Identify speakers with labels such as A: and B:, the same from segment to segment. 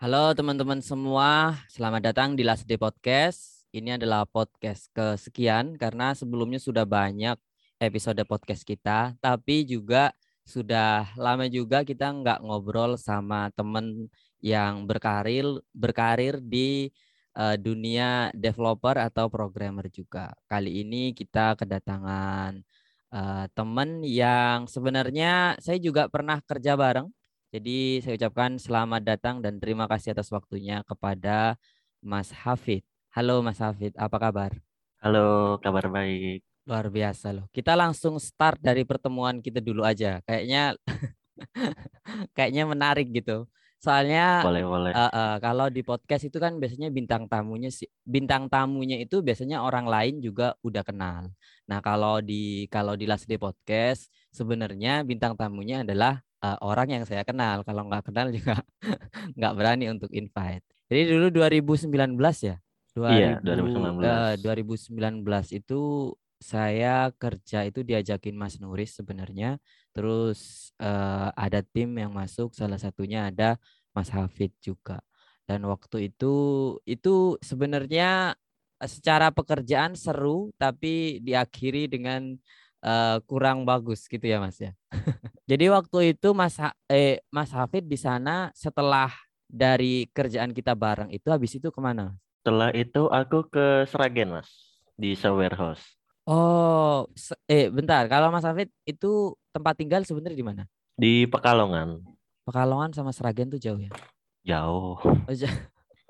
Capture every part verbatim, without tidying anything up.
A: Halo teman-teman semua, selamat datang di Last Day Podcast. Ini adalah podcast kesekian karena sebelumnya sudah banyak episode podcast kita, tapi juga sudah lama juga kita nggak ngobrol sama teman yang berkarir berkarir di eh, dunia developer atau programmer juga. Kali ini kita kedatangan eh, teman yang sebenarnya saya juga pernah kerja bareng. Jadi saya ucapkan selamat datang dan terima kasih atas waktunya kepada Mas Hafid. Halo Mas Hafid, apa kabar?
B: Halo, kabar baik.
A: Luar biasa loh. Kita langsung start dari pertemuan kita dulu aja. Kayaknya kayaknya menarik gitu. Soalnya
B: Boleh, boleh.
A: eh, eh, kalau di podcast itu kan biasanya bintang tamunya sih bintang tamunya itu biasanya orang lain juga udah kenal. Nah, kalau di kalau di Last Day Podcast sebenarnya bintang tamunya adalah eh, orang yang saya kenal. Kalau nggak kenal juga nggak berani untuk invite. Jadi dulu dua ribu sembilan belas ya.
B: Iya,
A: dua ribu
B: dua ribu sembilan belas.
A: eh, dua ribu sembilan belas itu saya kerja itu diajakin Mas Nuris sebenarnya. Terus eh, ada tim yang masuk, salah satunya ada Mas Hafid juga. Dan waktu itu itu sebenarnya eh, secara pekerjaan seru, tapi diakhiri dengan eh, kurang bagus gitu ya Mas ya. Jadi waktu itu Mas Ha- eh Mas Hafid di sana setelah dari kerjaan kita bareng itu habis itu kemana?
B: Setelah itu aku ke Sragen, Mas, di Sewa Warehouse.
A: Oh, se- eh bentar. Kalau Mas Hafid itu tempat tinggal sebenarnya di mana?
B: Di Pekalongan.
A: Pekalongan sama Sragen tuh jauh ya?
B: Jauh.
A: Oh, ja-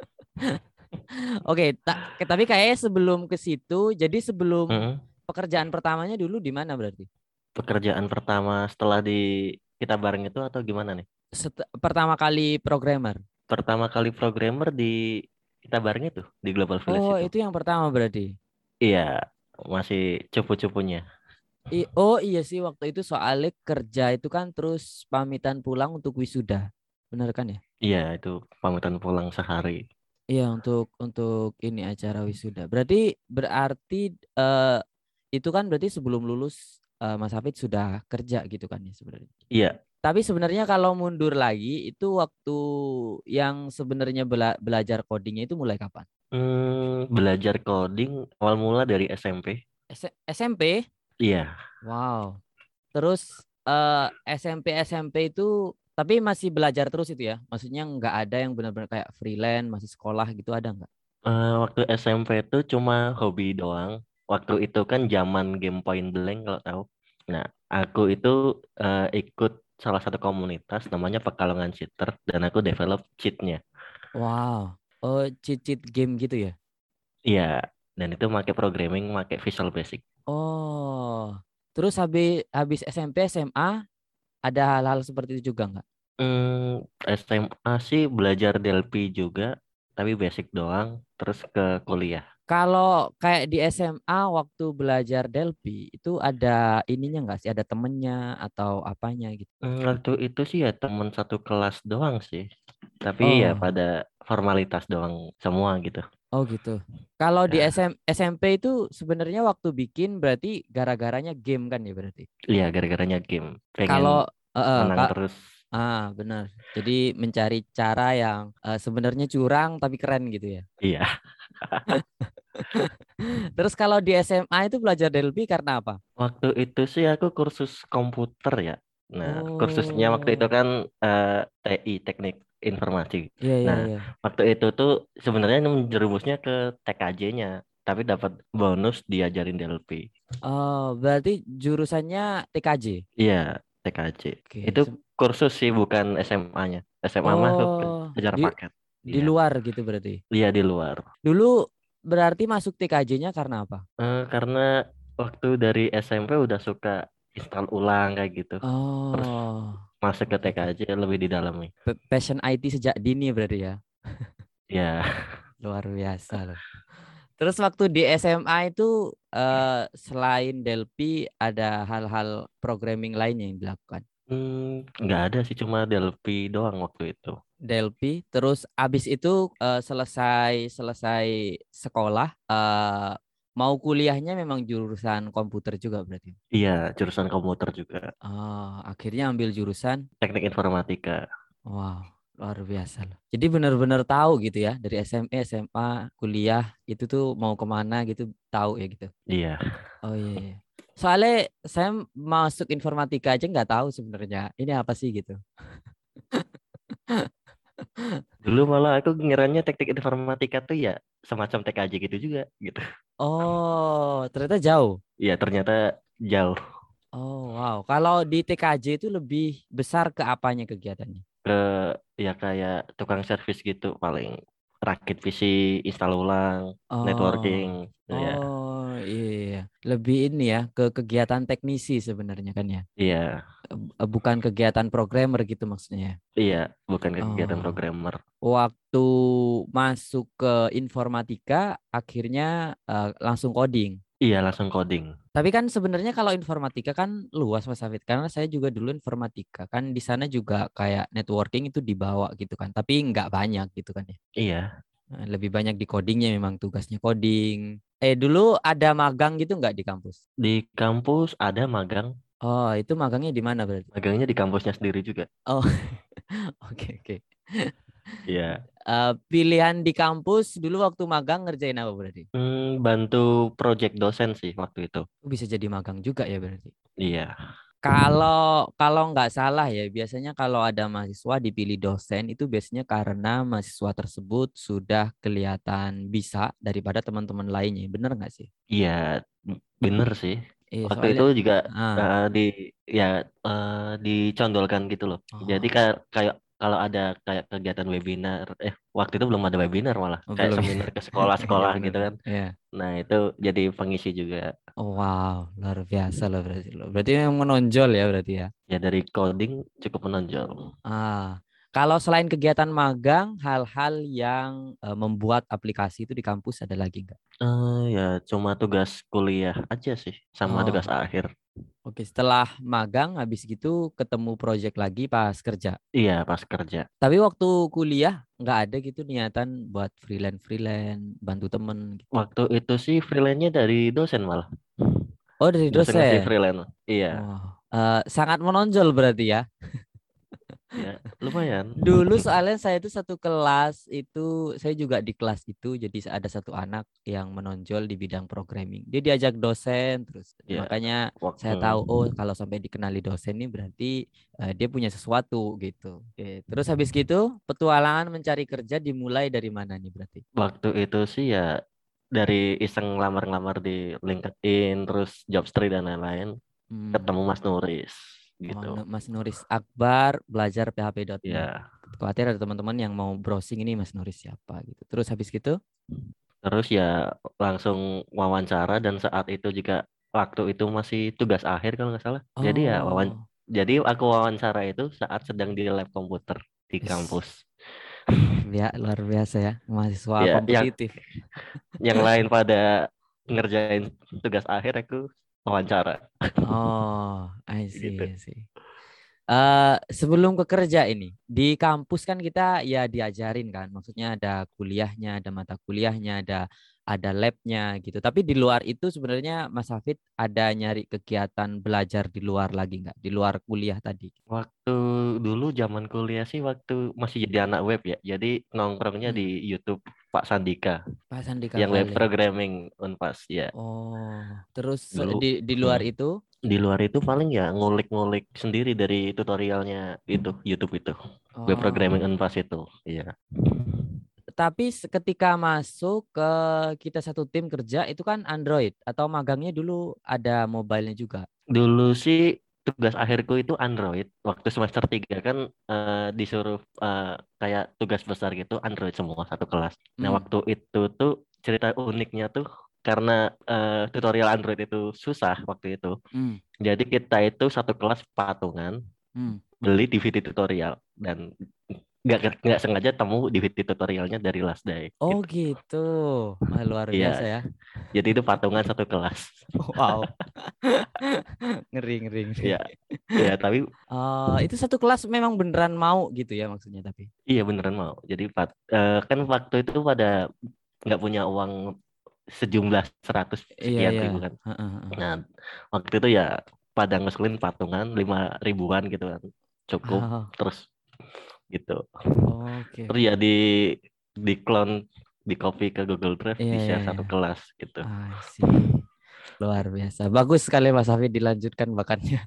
A: Oke, ta- ke- tapi kayaknya sebelum ke situ, jadi sebelum
B: Mm-mm.
A: pekerjaan pertamanya dulu di mana berarti?
B: Pekerjaan pertama setelah di kita bareng itu atau gimana nih?
A: Set- pertama kali programmer.
B: Pertama kali programmer di kita bareng itu, di Global Village
A: Oh,
B: itu.
A: itu yang pertama berarti.
B: Iya, masih cupu-cupunya.
A: I- oh iya sih waktu itu soalnya kerja itu kan terus pamitan pulang untuk wisuda. Benar kan ya?
B: Iya, itu pamitan pulang sehari.
A: Iya untuk untuk ini acara wisuda. Berarti berarti eh, itu kan berarti sebelum lulus eh, Mas Hafid sudah kerja gitu kan ya sebenarnya.
B: Iya,
A: Tapi sebenarnya kalau mundur lagi itu waktu yang sebenarnya bela- belajar codingnya itu mulai kapan?
B: hmm, belajar coding awal mula dari S M P.
A: S- SMP?
B: Iya.
A: Wow. Terus eh, S M P S M P itu tapi masih belajar terus itu ya? Maksudnya nggak ada yang benar-benar kayak freelance, masih sekolah gitu ada nggak?
B: Eh, waktu S M P itu cuma hobi doang. Waktu itu kan zaman game Point Blank kalau tahu. Nah, aku itu eh, ikut salah satu komunitas namanya Pekalongan Cheater dan aku develop cheatnya.
A: Wow. Oh, cheat-cheat game gitu ya?
B: Iya, dan itu pakai programming, pakai Visual Basic.
A: Oh. Terus habis habis S M P S M A ada hal-hal seperti itu juga nggak?
B: Hmm, S M A sih belajar D L P juga, tapi basic doang. Terus ke kuliah.
A: Kalau kayak di S M A waktu belajar Delphi itu ada ininya nggak sih? Ada temennya atau apanya gitu?
B: Hmm, waktu itu sih ya teman satu kelas doang sih. Tapi ya
A: Oh,
B: pada formalitas doang semua gitu.
A: oh gitu. Kalau di
B: Ya,
A: S M S M P itu sebenarnya waktu bikin berarti gara-garanya game kan ya berarti.
B: iya, gara-garanya game. Pengen
A: Kalau eh, eh,
B: menang
A: Kak,
B: terus.
A: ah benar. Jadi mencari cara yang eh, sebenarnya curang tapi keren gitu ya.
B: Iya.
A: Terus kalau di S M A itu belajar Delphi karena apa?
B: Waktu itu sih aku kursus komputer ya. Nah, kursusnya waktu itu
A: Oh,
B: kan eh, T I, Teknik Informasi.
A: iya iya
B: Nah,
A: iya.
B: waktu itu tuh sebenarnya menjerumusnya ke T K J-nya. Tapi dapat bonus diajarin D L P.
A: Oh, berarti jurusannya T K J.
B: Iya, T K J.
A: Oke.
B: Itu
A: se-
B: kursus sih bukan S M A-nya. S M A mah aku
A: Oh,
B: kejar
A: di
B: paket.
A: di
B: Iya.
A: luar gitu berarti.
B: Iya di luar.
A: Dulu berarti masuk T K J-nya karena apa?
B: Eh, karena waktu dari S M P udah suka install ulang kayak gitu. Terus
A: Oh,
B: masuk ke
A: oke oke.
B: T K J lebih didalami.
A: P- Passion I T sejak dini berarti ya.
B: Ya,
A: Luar biasa loh. Terus waktu di S M A itu eh, selain Delphi ada hal-hal programming lain yang dilakukan.
B: hmm, nggak ada sih cuma Delphi doang waktu itu.
A: Delphi, terus abis itu eh, selesai selesai sekolah eh, mau kuliahnya memang jurusan komputer juga berarti.
B: Iya, jurusan komputer juga.
A: Oh, akhirnya ambil jurusan.
B: Teknik informatika.
A: Wow, luar biasa loh. Jadi benar-benar tahu gitu ya dari S M E, S M A, kuliah itu tuh mau kemana gitu tahu ya gitu.
B: Iya.
A: Oh iya, iya. Soalnya saya masuk informatika aja nggak tahu sebenarnya ini apa sih gitu.
B: Dulu malah aku ngiranya teknik informatika tuh ya semacam T K J gitu juga gitu.
A: Oh, ternyata jauh.
B: Iya, ternyata jauh
A: Oh, wow. Kalau di T K J itu lebih besar ke apanya kegiatannya?
B: ke ya kayak tukang servis gitu paling rakit P C, install ulang,
A: Oh,
B: networking. Ya,
A: oh iya, iya. Lebih ini ya ke kegiatan teknisi sebenarnya kan ya.
B: iya,
A: Eh, Bukan kegiatan programmer gitu maksudnya.
B: iya, bukan kegiatan
A: Oh,
B: programmer.
A: waktu masuk ke informatika akhirnya eh, langsung coding.
B: Iya, langsung coding.
A: Tapi kan sebenarnya kalau informatika kan luas Mas Hafid karena saya juga dulu informatika kan di sana juga kayak networking itu dibawa gitu kan. Tapi nggak banyak gitu kan ya.
B: Iya,
A: Nah, lebih banyak di codingnya memang tugasnya coding. Eh dulu ada magang gitu nggak di kampus?
B: di kampus ada magang.
A: Oh itu magangnya di mana berarti?
B: Magangnya di kampusnya sendiri juga.
A: Oh oke oke.
B: Iya.
A: Eh, pilihan di kampus dulu waktu magang ngerjain apa berarti?
B: Hmm, bantu project dosen sih waktu itu.
A: Bisa jadi magang juga ya berarti.
B: Iya.
A: Kalau kalau nggak salah ya, biasanya kalau ada mahasiswa dipilih dosen itu biasanya karena mahasiswa tersebut sudah kelihatan bisa daripada teman-teman lainnya. Bener nggak sih?
B: Iya, bener sih.
A: Iya,
B: Waktu
A: soalnya
B: itu juga
A: ah,
B: eh, di ya eh, dicondolkan gitu loh. Jadi
A: oh,
B: kayak kayak kalau ada kayak kegiatan webinar, eh waktu itu belum ada webinar malah,
A: oh,
B: kayak
A: belum ya.
B: seminar ke
A: Iya
B: sekolah-sekolah
A: bener
B: gitu
A: bener.
B: kan.
A: Iya.
B: Nah, itu jadi pengisi juga.
A: Oh, wow, luar biasa loh berarti lo. Berarti yang menonjol ya berarti ya.
B: Ya dari coding cukup menonjol.
A: Ah, kalau selain kegiatan magang, hal-hal yang eh, membuat aplikasi itu di kampus ada lagi nggak?
B: Eh ya cuma tugas kuliah aja sih sama tugas
A: Oh,
B: akhir.
A: oke. Setelah magang, habis gitu ketemu project lagi pas kerja.
B: Iya, pas kerja.
A: Tapi waktu kuliah nggak ada gitu niatan buat freelance freelance, bantu temen gitu.
B: Waktu itu sih freelance-nya dari dosen malah.
A: Oh dari
B: Dosen ngasih
A: dosen.
B: freelance. Iya,
A: Wah, eh, sangat menonjol berarti ya.
B: ya lumayan.
A: Dulu soalnya saya itu satu kelas itu saya juga di kelas itu jadi ada satu anak yang menonjol di bidang programming. Dia diajak dosen terus
B: Ya,
A: makanya
B: waktu
A: saya tahu oh kalau sampai dikenali dosen ini berarti eh, dia punya sesuatu gitu. Oke. Terus habis gitu petualangan mencari kerja dimulai dari mana nih berarti?
B: waktu itu sih ya dari iseng lamar-lamar di LinkedIn, terus Jobstreet dan lain-lain,
A: Hmm.
B: ketemu Mas Nuris
A: Oh,
B: gitu.
A: Nu- Mas Nuris Akbar belajar P H P titik net.
B: Ya,
A: Khawatir ada teman-teman yang mau browsing ini Mas Nuris siapa gitu. Terus habis gitu,
B: terus ya langsung wawancara dan saat itu juga waktu itu masih tugas akhir kalau nggak salah. Jadi ya wawan,
A: oh,
B: jadi aku wawancara itu saat sedang di lab komputer di
A: is,
B: kampus.
A: luar biasa, luar biasa ya, mahasiswa
B: Ya, yang
A: kompetitif.
B: yang lain pada ngerjain tugas akhir aku wawancara
A: Oh, I see,
B: gitu.
A: I see. Eh, sebelum ke kerja ini, di kampus kan kita ya diajarin kan, maksudnya ada kuliahnya, ada mata kuliahnya, ada ada labnya gitu. Tapi di luar itu sebenarnya Mas Hafid ada nyari kegiatan belajar di luar lagi nggak? Di luar kuliah tadi.
B: Waktu dulu zaman kuliah sih waktu masih jadi anak web ya. Jadi nongkrongnya di
A: Hmm,
B: YouTube Pak Sandika
A: Pak Sandika
B: yang web
A: Kale.
B: programming Unpas ya.
A: Oh, terus
B: Dulu
A: di di luar
B: hmm,
A: itu,
B: di luar itu paling ya ngulik-ngulik sendiri dari tutorialnya itu YouTube itu. Web
A: oh,
B: programming Unpas itu. Iya.
A: tapi ketika masuk ke kita satu tim kerja itu kan Android atau magangnya dulu ada mobilenya juga.
B: Dulu sih tugas akhirku itu Android. Waktu semester tiga kan eh, disuruh eh, kayak tugas besar gitu Android semua satu kelas. Nah,
A: Hmm,
B: waktu itu tuh cerita uniknya tuh karena eh, tutorial Android itu susah waktu itu.
A: hmm,
B: Jadi kita itu satu kelas patungan
A: hmm.
B: beli D V D tutorial dan nggak nggak sengaja temu D V D tutorialnya dari Last Day
A: Oh
B: gitu.
A: gitu. Wah, luar
B: Iya,
A: biasa ya.
B: jadi itu patungan satu kelas.
A: Wow. Ngeri, ngeri, ngeri.
B: Iya, iya tapi
A: Oh, itu satu kelas memang beneran mau gitu ya maksudnya tapi.
B: iya beneran mau. Jadi Pat, eh, kan waktu itu pada nggak punya uang sejumlah seratus
A: Iya,
B: sekian
A: iya.
B: ribu kan.
A: Heeh, heeh.
B: Nah, waktu itu ya pada ngeselin patungan lima ribuan gitu kan. Cukup.
A: Oh,
B: Terus gitu.
A: Oke,
B: Terus
A: oke.
B: ya di di clone, di copy ke Google Drive,
A: Iya,
B: di
A: iya,
B: share
A: iya.
B: satu kelas gitu.
A: I see. Luar biasa. Bagus sekali Mas Hafid dilanjutkan bakatnya.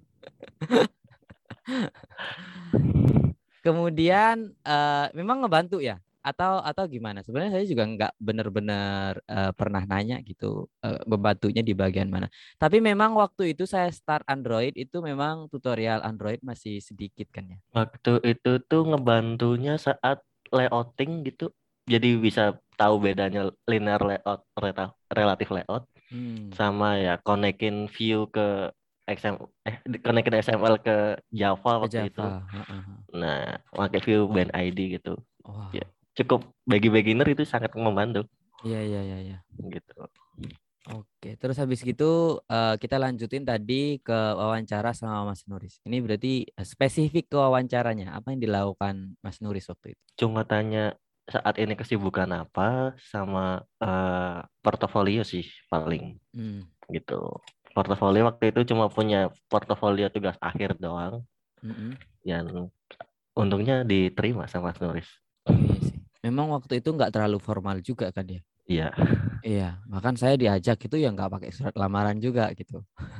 A: Kemudian eh, memang ngebantu ya? Atau atau gimana? Sebenarnya saya juga nggak benar-benar eh, pernah nanya gitu eh, membantunya di bagian mana. Tapi memang waktu itu saya start Android itu memang tutorial Android masih sedikit kan ya?
B: Waktu itu tuh ngebantunya saat layouting gitu. Jadi bisa tahu bedanya linear layout, reta- relatif layout,
A: Hmm,
B: sama ya konekin view ke X M eh konekin X M L ke Java
A: ke
B: waktu itu.
A: Java. Heeh.
B: Nah, pakai view band I D gitu. Ya,
A: Wah,
B: cukup bagi beginner itu sangat membantu
A: iya, iya, iya, iya.
B: gitu.
A: Oke, terus habis gitu eh, kita lanjutin tadi ke wawancara sama Mas Nuris. Ini berarti eh, spesifik ke wawancaranya. Apa yang dilakukan Mas Nuris waktu itu?
B: Cuma tanya saat ini kesibukan apa sama eh, portofolio sih paling
A: Hmm.
B: gitu. Portofolio waktu itu cuma punya portofolio tugas akhir doang
A: Mm-mm.
B: yang untungnya diterima sama Mas Nuris.
A: Iya sih. Memang waktu itu nggak terlalu formal juga kan ya.
B: Iya.
A: Iya, bahkan saya diajak itu ya nggak pakai surat lamaran juga gitu.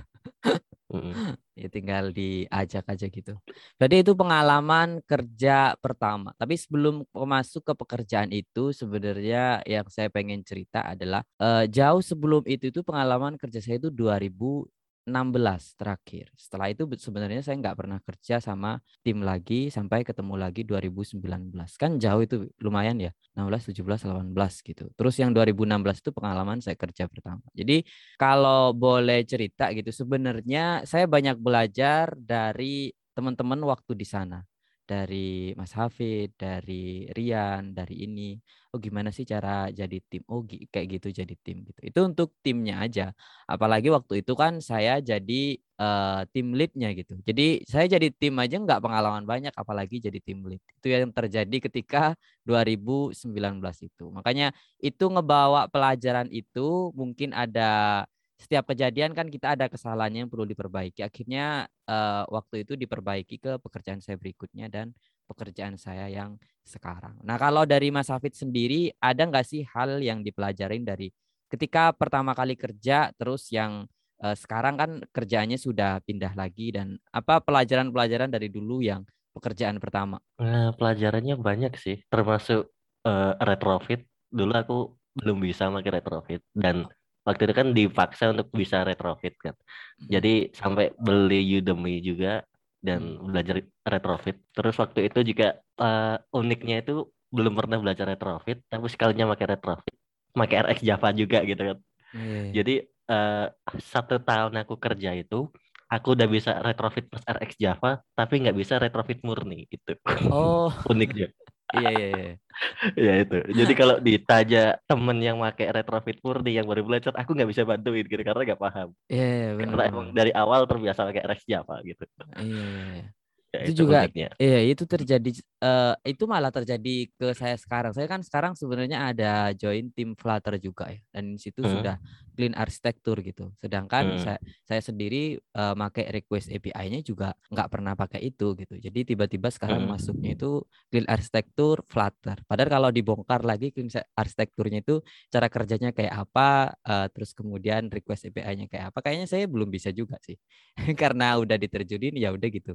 B: Mm.
A: Ya tinggal diajak aja gitu. Berarti itu pengalaman kerja pertama. Tapi sebelum masuk ke pekerjaan itu sebenarnya yang saya pengen cerita adalah eh, jauh sebelum itu itu pengalaman kerja saya itu dua ribu enam belas terakhir. Setelah itu be- sebenarnya saya nggak pernah kerja sama tim lagi sampai ketemu lagi dua ribu sembilan belas. Kan jauh itu lumayan ya. enam belas, tujuh belas, delapan belas gitu. Terus yang dua ribu enam belas itu pengalaman saya kerja pertama. Jadi kalau boleh cerita gitu, sebenarnya saya banyak belajar dari teman-teman waktu di sana. Dari Mas Hafid, dari Rian, dari ini. Oh gimana sih cara jadi tim? Oh gi- kayak gitu jadi tim gitu. Itu untuk timnya aja. Apalagi waktu itu kan saya jadi eh, tim leadnya gitu. Jadi saya jadi tim aja nggak pengalaman banyak, apalagi jadi tim lead. Itu yang terjadi ketika dua ribu sembilan belas itu. Makanya itu ngebawa pelajaran itu mungkin ada setiap kejadian kan kita ada kesalahannya yang perlu diperbaiki. Akhirnya eh, waktu itu diperbaiki ke pekerjaan saya berikutnya dan pekerjaan saya yang sekarang. Nah, kalau dari Mas Hafid sendiri ada nggak sih hal yang dipelajarin dari ketika pertama kali kerja terus yang eh, sekarang kan kerjaannya sudah pindah lagi dan apa pelajaran-pelajaran dari dulu yang pekerjaan pertama?
B: Nah, pelajarannya banyak sih, termasuk eh, retrofit. Dulu aku belum bisa pakai retrofit dan waktu itu kan dipaksa untuk bisa retrofit kan.
A: Mm,
B: Jadi sampai beli Udemy juga dan
A: mm.
B: belajar retrofit. Terus waktu itu juga eh, uniknya itu belum pernah belajar retrofit, tapi sekalinya pakai retrofit, pakai R X Java juga gitu kan.
A: Oh, iya, iya.
B: Jadi eh, satu tahun aku kerja itu, aku udah bisa retrofit plus R X Java, tapi nggak bisa retrofit murni gitu.
A: Oh,
B: Uniknya.
A: iya, iya, iya.
B: Ya itu. Jadi kalau ditanya temen yang pakai retrofit murni yang baru belajar, aku nggak bisa bantuin gitu karena nggak paham.
A: Iya, iya,
B: Karena emang
A: benar-benar.
B: dari awal terbiasa pakai R X Java gitu.
A: Iya, iya, iya.
B: Ya
A: Itu
B: itu
A: juga
B: uniknya.
A: iya itu terjadi eh, itu malah terjadi ke saya sekarang. Saya kan sekarang sebenarnya ada join tim Flutter juga ya dan di situ sudah
B: Hmm.
A: clean arsitektur gitu. Sedangkan
B: Hmm.
A: saya saya sendiri eh, pakai request A P I-nya juga nggak pernah pakai itu gitu. Jadi tiba-tiba sekarang masuknya
B: Hmm.
A: itu clean arsitektur Flutter. Padahal kalau dibongkar lagi clean arsitekturnya itu cara kerjanya kayak apa, eh, terus kemudian request A P I-nya kayak apa, kayaknya saya belum bisa juga sih. Karena udah diterjunin ya udah gitu.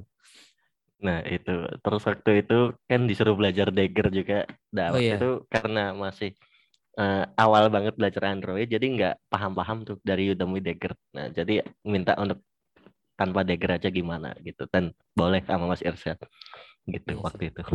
B: Nah itu. Terus waktu itu kan disuruh belajar Dagger juga. Nah
A: Oh
B: waktu itu
A: iya.
B: karena masih eh, awal banget belajar Android, jadi nggak paham-paham tuh dari Udemy Dagger. Nah jadi minta untuk tanpa Dagger aja gimana gitu. Dan boleh sama Mas Irsyad gitu
A: Iya
B: waktu
A: sih.
B: itu.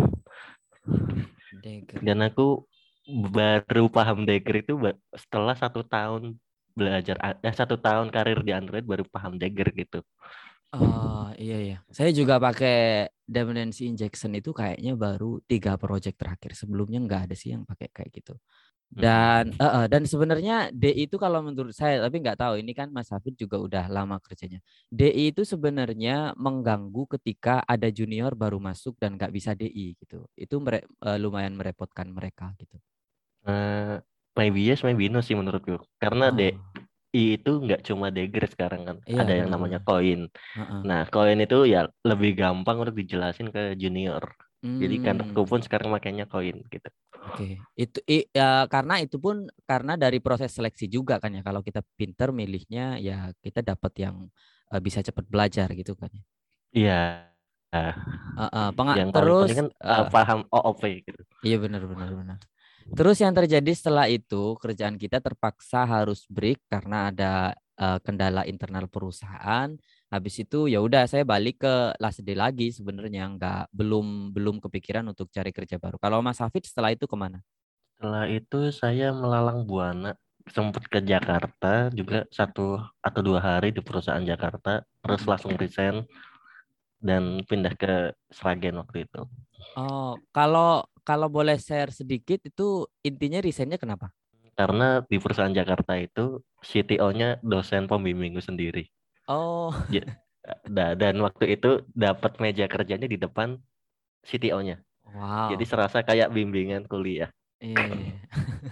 A: Dagger.
B: Dan aku baru paham Dagger itu ba- setelah satu tahun belajar, eh, satu tahun karir di Android baru paham Dagger gitu.
A: Oh iya iya. Saya juga pakai Dependency Injection itu kayaknya baru tiga project terakhir. Sebelumnya nggak ada sih yang pakai kayak gitu. Dan
B: Mm-mm.
A: eh, eh, dan sebenarnya D I itu kalau menurut saya, tapi nggak tahu ini kan Mas Hafid juga udah lama kerjanya. D I itu sebenarnya mengganggu ketika ada junior baru masuk dan nggak bisa D I gitu. Itu mere- eh, lumayan merepotkan mereka gitu.
B: Eh, maybe yes, maybe no sih menurutku. Karena
A: Oh
B: D I itu nggak cuma Dagger sekarang kan,
A: iya
B: ada yang namanya
A: benar-benar.
B: koin.
A: Heeh.
B: Nah, koin itu ya lebih gampang untuk dijelasin ke junior Jadi kantorku
A: Hmm.
B: pun sekarang makainya koin gitu.
A: Oke, itu i- ya, karena itu pun karena dari proses seleksi juga kan ya. Kalau kita pinter milihnya ya kita dapat yang eh, bisa cepat belajar gitu kan ya.
B: Iya. Nah,
A: Eh, eh, penga-
B: yang paling penting
A: terus
B: kan uh,
A: eh,
B: paham O O P gitu.
A: iya benar benar benar. Terus yang terjadi setelah itu kerjaan kita terpaksa harus break karena ada eh, kendala internal perusahaan. Habis itu ya udah saya balik ke Lasde lagi sebenarnya nggak belum belum kepikiran untuk cari kerja baru. Kalau Mas Hafid setelah itu kemana?
B: Setelah itu saya melalang buana, sempat ke Jakarta juga satu atau dua hari di perusahaan Jakarta, terus
A: Mm-mm.
B: langsung resign dan pindah ke Sragen waktu itu.
A: Oh, kalau kalau boleh share sedikit itu intinya resignnya kenapa?
B: Karena di perusahaan Jakarta itu C T O-nya dosen pembimbingku sendiri.
A: Oh,
B: Ja- da- Dan waktu itu dapat meja kerjanya di depan C T O-nya. Jadi
A: wow.
B: serasa kayak bimbingan kuliah.
A: Iya, iya, iya.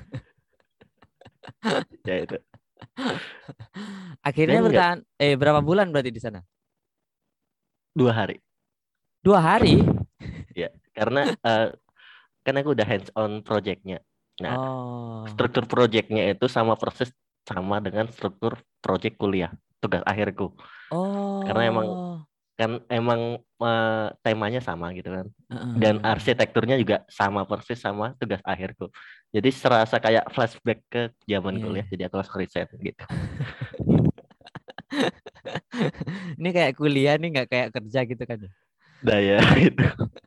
B: Ya itu.
A: Akhirnya
B: Dan nggak
A: bertahan eh berapa bulan berarti di sana?
B: dua hari.
A: Dua hari?
B: Ya, karena eh, kan aku udah hands on projectnya. Nah,
A: Oh,
B: struktur projectnya itu sama persis sama dengan struktur project kuliah, tugas akhirku. Karena emang
A: oh.
B: kan emang eh, temanya sama gitu kan. Dan
A: Heeh.
B: arsitekturnya juga sama persis sama tugas akhirku. Jadi serasa kayak flashback ke zaman
A: Iya,
B: kuliah.
A: iya.
B: Jadi aku harus reset gitu.
A: Ini kayak kuliah nih nggak kayak kerja gitu kan ya?
B: Daya itu.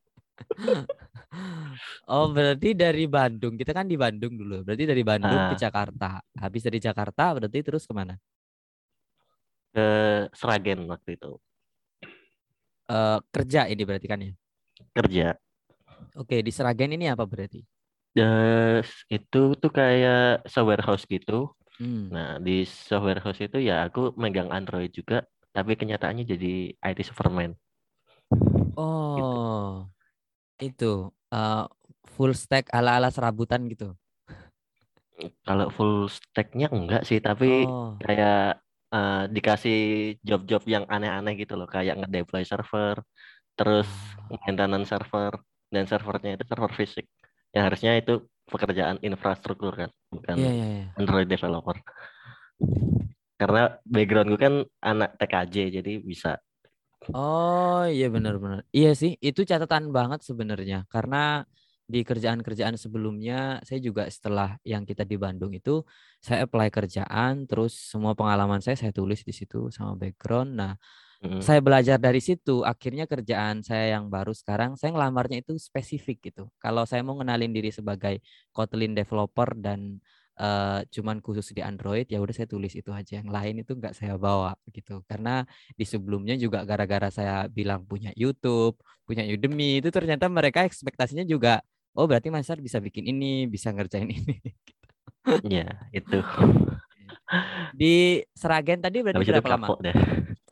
A: Oh, berarti dari Bandung. Kita kan di Bandung dulu. Berarti dari Bandung ke
B: Ah,
A: Jakarta. Habis dari Jakarta berarti terus kemana?
B: ke Sragen waktu itu
A: Eh kerja ini berarti kan ya?
B: kerja.
A: Oke, di Seragen ini apa berarti?
B: Terus itu tuh kayak software house gitu.
A: Hmm.
B: Nah, di software house itu ya aku megang Android juga, tapi kenyataannya jadi I T Superman gitu.
A: Oh, itu eh, full stack ala-ala serabutan gitu.
B: Kalau full stack-nya enggak sih, tapi
A: Oh.
B: kayak eh, dikasih job-job yang aneh-aneh gitu loh, kayak nge-deploy server, terus
A: Oh.
B: maintenance server, dan servernya itu server fisik. Yang harusnya itu pekerjaan infrastruktur kan, bukan
A: Iya, iya, iya.
B: Android developer. Karena background gue kan anak T K J, jadi bisa.
A: Oh, iya benar-benar. Iya sih, itu catatan banget sebenarnya. Karena di kerjaan-kerjaan sebelumnya, saya juga setelah yang kita di Bandung itu, saya apply kerjaan, terus semua pengalaman saya saya tulis di situ sama background. Nah,
B: Mm.
A: saya belajar dari situ. Akhirnya kerjaan saya yang baru sekarang, saya ngelamarnya itu spesifik gitu. Kalau saya mau ngenalin diri sebagai Kotlin developer dan eh, cuman khusus di Android, ya udah saya tulis itu aja. Yang lain itu nggak saya bawa gitu. Karena di sebelumnya juga gara-gara saya bilang punya YouTube, punya Udemy, itu ternyata mereka ekspektasinya juga, oh berarti Mas Sar bisa bikin ini, bisa ngerjain ini.
B: Ya, itu.
A: Di Seragen tadi berarti
B: Habis itu
A: berapa lama?
B: kapok deh.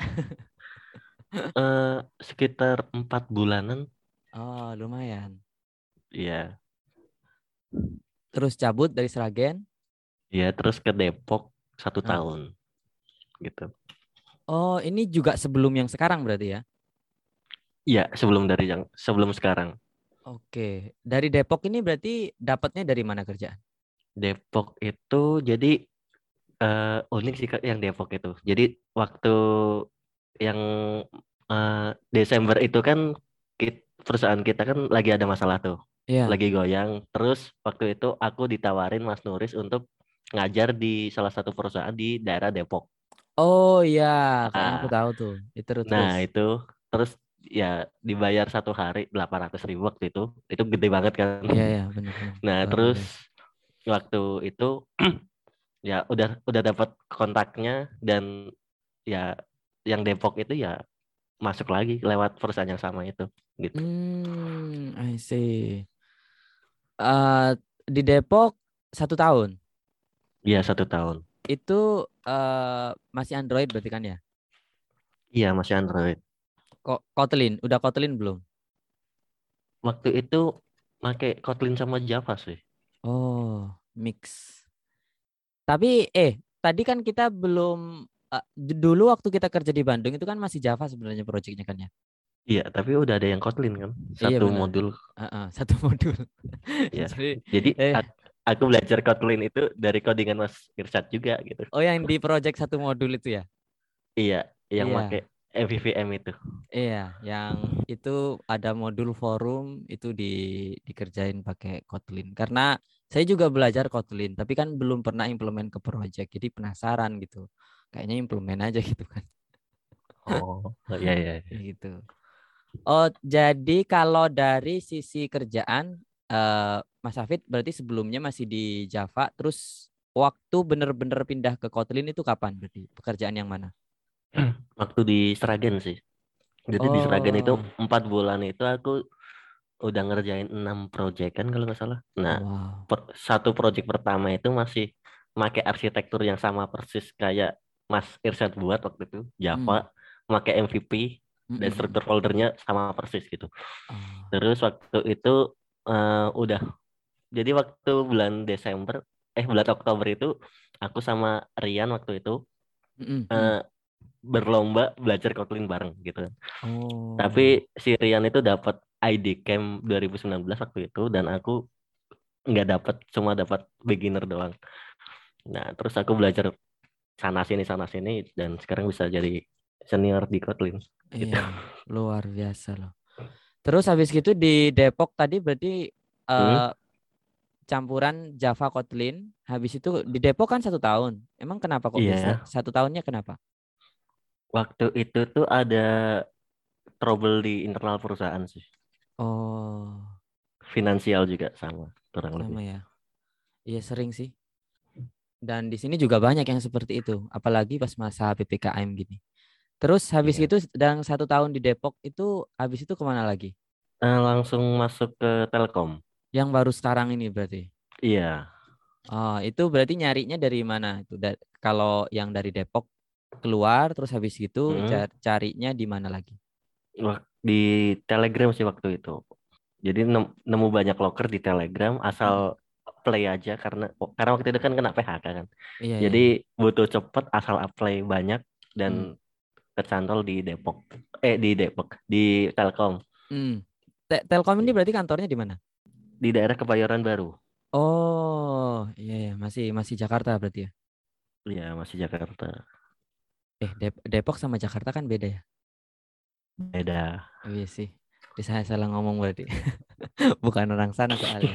B: Eh, sekitar empat bulanan,
A: Oh, lumayan.
B: ya.
A: Terus cabut dari Seragen.
B: Ya, terus ke Depok satu
A: Nah.
B: tahun gitu.
A: Oh, ini juga sebelum yang sekarang berarti ya?
B: Iya, sebelum dari yang sebelum sekarang.
A: Oke. Dari Depok ini berarti dapatnya dari mana kerjaan?
B: Depok itu jadi eh, unik sih Kak, yang Depok itu. Jadi waktu yang eh, Desember itu kan kit- perusahaan kita kan lagi ada masalah tuh,
A: Iya.
B: lagi goyang. Terus waktu itu aku ditawarin Mas Nuris untuk ngajar di salah satu perusahaan di daerah Depok.
A: Oh iya, kayaknya aku
B: Nah,
A: tahu tuh. Itu terus
B: nah
A: terus.
B: itu terus ya dibayar satu hari delapan ratus ribu waktu itu. Itu gede banget kan.
A: Iya ya, benar-benar
B: Nah,
A: luar
B: terus
A: biasa.
B: waktu itu ya udah udah dapat kontaknya dan ya yang Depok itu ya masuk lagi lewat perusahaan yang sama itu gitu.
A: Hmm, I see. Eh, di Depok satu tahun.
B: Iya satu tahun.
A: Itu eh, masih Android berarti kan ya?
B: Iya masih Android.
A: Kok Kotlin, udah Kotlin belum?
B: Waktu itu pakai Kotlin sama Java sih.
A: Oh, mix. Tapi eh tadi kan kita belum eh, d- dulu waktu kita kerja di Bandung itu kan masih Java sebenarnya proyeknya kan ya.
B: Iya, tapi udah ada yang Kotlin kan,
A: Iya
B: satu
A: benar.
B: modul.
A: Heeh, satu modul.
B: Ya,
A: Jadi
B: jadi
A: eh
B: ak- aku belajar Kotlin itu dari codingan Mas Irsyad juga gitu.
A: oh yang di project satu modul itu ya?
B: Iya, yang pakai
A: Iya.
B: M V V M itu.
A: Iya, yang itu ada modul forum itu di dikerjain pakai Kotlin. Karena saya juga belajar Kotlin, tapi kan belum pernah implement ke project. Jadi penasaran gitu. Kayaknya implement aja gitu kan.
B: Oh, iya iya.
A: Kayak gitu. Oh, jadi kalau dari sisi kerjaan eh, Mas Hafid berarti sebelumnya masih di Java, terus waktu bener-bener pindah ke Kotlin itu kapan berarti? Pekerjaan yang mana?
B: Waktu di Seragen sih. Jadi di Seragen itu
A: Oh,
B: empat bulan itu aku udah ngerjain enam project kan kalau nggak salah. Nah,
A: wow.
B: per- satu project pertama itu masih pakai arsitektur yang sama persis kayak Mas Irsyad buat waktu itu, Java,
A: Hmm.
B: pakai M V P
A: Mm,
B: dan
A: mm, mm.
B: struktur foldernya sama persis gitu.
A: Oh.
B: Terus waktu itu eh, udah, jadi waktu bulan Desember, eh bulan Oktober itu aku sama Rian waktu itu
A: Mm, mm,
B: eh,
A: mm.
B: berlomba belajar Kotlin bareng gitu. Tapi
A: Oh,
B: si Rian itu dapat I D Camp dua ribu sembilan belas waktu itu dan aku nggak dapat, cuma dapat beginner doang. Nah, terus aku belajar sana sini sana sini dan sekarang bisa jadi senior di Kotlin gitu.
A: iya, luar biasa loh. Terus habis gitu di Depok tadi berarti
B: Hmm,
A: eh, campuran Java Kotlin. Habis itu di Depok kan satu tahun. Emang kenapa kok bisa
B: iya,
A: satu tahunnya kenapa?
B: waktu itu tuh ada trouble di internal perusahaan sih.
A: Oh,
B: Finansial juga sama, kurang lebih.
A: sama ya. Iya sering sih. Dan di sini juga banyak yang seperti itu. Apalagi pas masa P P K M gini. Terus habis
B: Iya.
A: itu dalam satu tahun di Depok itu habis itu kemana lagi?
B: Eh, langsung masuk ke Telkom.
A: Yang baru sekarang ini berarti.
B: Iya.
A: Oh, itu berarti nyarinya dari mana itu? Da- kalau yang dari Depok keluar terus habis gitu
B: Hmm.
A: ca- carinya di mana lagi?
B: Wak- Di Telegram sih waktu itu. Jadi nem- nemu banyak loker di Telegram asal
A: Mm-mm.
B: play aja karena karena waktu itu kan kena P H K kan.
A: Iya, iya,
B: Jadi
A: iya.
B: butuh cepet asal apply banyak dan
A: Hmm.
B: tercantol di Depok. Eh di Depok, di Telkom.
A: Hmm. Te- Telkom ini
B: Iya.
A: berarti kantornya di mana?
B: Di daerah Kebayoran Baru.
A: Oh, iya ya, masih masih Jakarta berarti ya.
B: Iya, masih Jakarta.
A: Eh, Dep- Depok sama Jakarta kan beda ya?
B: Beda.
A: Oh, iya sih. Di saya salah ngomong berarti. Bukan orang sana soalnya.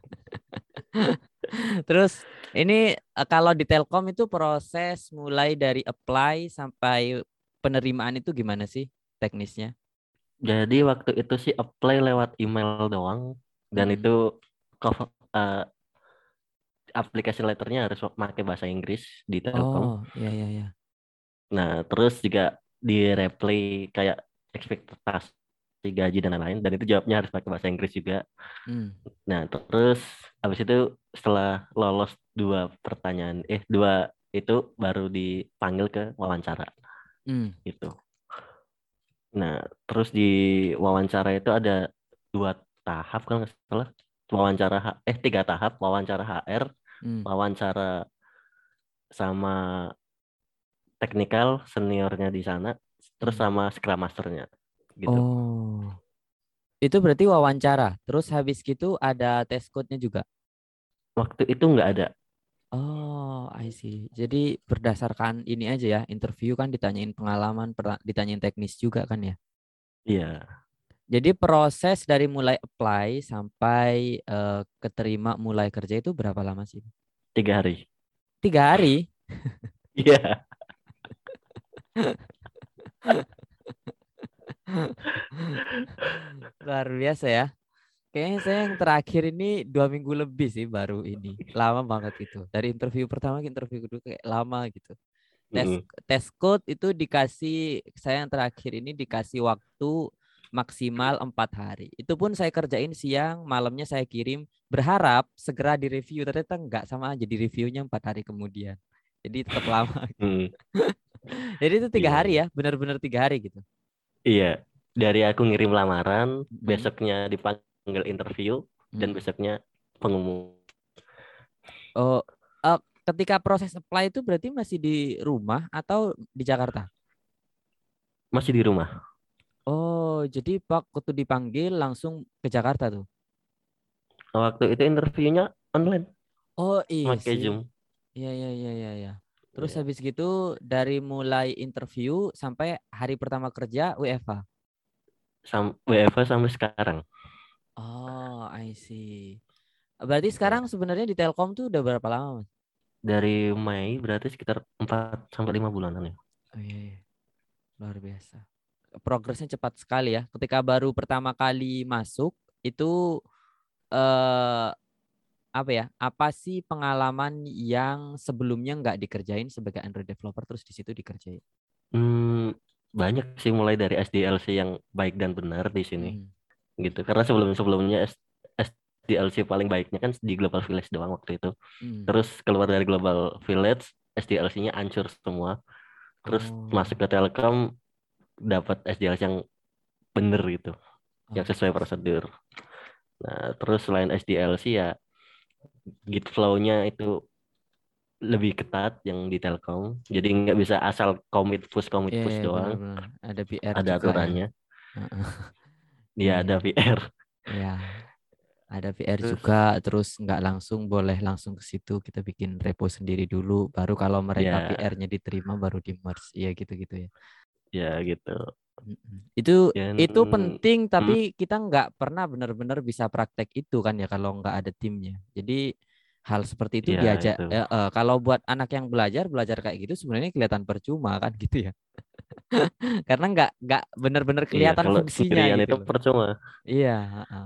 A: Terus ini eh, kalau di Telkom itu proses mulai dari apply sampai penerimaan itu gimana sih teknisnya?
B: Jadi waktu itu sih apply lewat email doang dan itu
A: Mm-mm.
B: cover, eh, application letternya harus pakai bahasa Inggris di Telkom.
A: Oh, iya, iya, iya.
B: Nah, terus juga di replay kayak ekspektasi gaji dan lain-lain dan itu jawabnya harus pakai bahasa Inggris juga.
A: Hmm.
B: Nah, terus habis itu setelah lolos dua pertanyaan eh dua itu baru dipanggil ke wawancara
A: Hmm.
B: gitu. Nah, terus di wawancara itu ada dua tahap kalau nggak salah. Wawancara H- eh tiga tahap, wawancara H R,
A: Hmm.
B: wawancara sama teknikal seniornya di sana, terus
A: Hmm.
B: sama Scrum Masternya gitu.
A: Oh, itu berarti wawancara. Terus habis gitu ada test code-nya juga.
B: Waktu itu nggak ada.
A: Oh, I see. Jadi berdasarkan ini aja ya, interview kan ditanyain pengalaman, pernah ditanyain teknis juga kan ya.
B: Iya,
A: Jadi proses dari mulai apply sampai eh, keterima mulai kerja itu berapa lama sih?
B: tiga hari.
A: Tiga hari.
B: Iya.
A: Luar biasa ya. Kayaknya saya yang terakhir ini dua minggu lebih sih baru ini. Lama banget itu. Dari interview pertama ke interview kedua kayak lama gitu. Tes
B: Mm-mm.
A: tes code itu dikasih saya yang terakhir ini dikasih waktu maksimal empat hari. Itu pun saya kerjain siang, malamnya saya kirim berharap segera direview. Ternyata enggak, sama aja di reviewnya empat hari kemudian. Jadi tetap lama.
B: Mm.
A: Jadi itu tiga
B: Iya,
A: hari
B: iya.
A: ya, benar-benar tiga hari gitu.
B: Iya. Dari aku ngirim lamaran,
A: Mm-mm.
B: besoknya dipanggil interview, dan
A: Mm-mm.
B: besoknya pengumuman.
A: Oh, eh, ketika proses apply itu berarti masih di rumah atau di Jakarta?
B: Masih di rumah.
A: Oh, jadi Pak waktu dipanggil langsung ke Jakarta tuh?
B: Waktu itu interviewnya online,
A: Oh iya
B: pakai
A: sih.
B: Zoom.
A: Iya, iya, iya, iya, iya. Terus
B: Ya.
A: habis gitu dari mulai interview sampai hari pertama kerja W F H.
B: Sam W F H sampai sekarang.
A: Oh, I see. Berarti
B: Ya.
A: sekarang sebenarnya di Telkom tuh udah berapa lama, Mas?
B: Dari Mei berarti sekitar empat sampai lima bulanan ya.
A: Oh iya, iya. Luar biasa. Progresnya cepat sekali ya. Ketika baru pertama kali masuk itu eh apa ya? Apa sih pengalaman yang sebelumnya nggak dikerjain sebagai Android developer terus di situ dikerjain?
B: Hmm, banyak sih mulai dari S D L C yang baik dan benar di sini
A: Hmm.
B: gitu. Karena sebelum-sebelumnya S- SDLC paling baiknya kan di Global Village doang waktu itu.
A: Hmm.
B: Terus keluar dari Global Village, S D L C-nya hancur semua. Terus
A: Oh.
B: masuk ke Telkom dapat S D L C yang bener gitu, yang
A: Oh.
B: sesuai prosedur. Nah, terus selain S D L C ya Git flow-nya itu lebih ketat yang di Telkom. Jadi nggak bisa asal commit push commit
A: Iya,
B: push
A: iya,
B: doang.
A: benar-benar. Ada P R
B: Ada
A: juga ya.
B: aturannya.
A: Heeh.
B: Dia
A: Iya,
B: ada
A: iya.
B: V R.
A: Iya. Ada P R
B: Terus
A: juga, terus nggak langsung boleh langsung ke situ. Kita bikin repo sendiri dulu. Baru kalau mereka
B: ya
A: P R-nya diterima baru di merge. Iya gitu-gitu ya.
B: ya gitu.
A: Mm-mm. Itu
B: Dan
A: itu penting
B: hmm,
A: tapi kita nggak pernah benar-benar bisa praktek itu kan ya kalau nggak ada timnya. Jadi hal seperti itu
B: ya
A: diajak
B: itu.
A: eh, eh, kalau buat anak yang belajar belajar kayak gitu sebenarnya kelihatan percuma kan gitu ya. Karena nggak nggak benar-benar
B: Iya,
A: kelihatan
B: kalau
A: fungsinya
B: sendirian
A: gitu
B: itu
A: loh.
B: percuma.
A: Iya, heeh.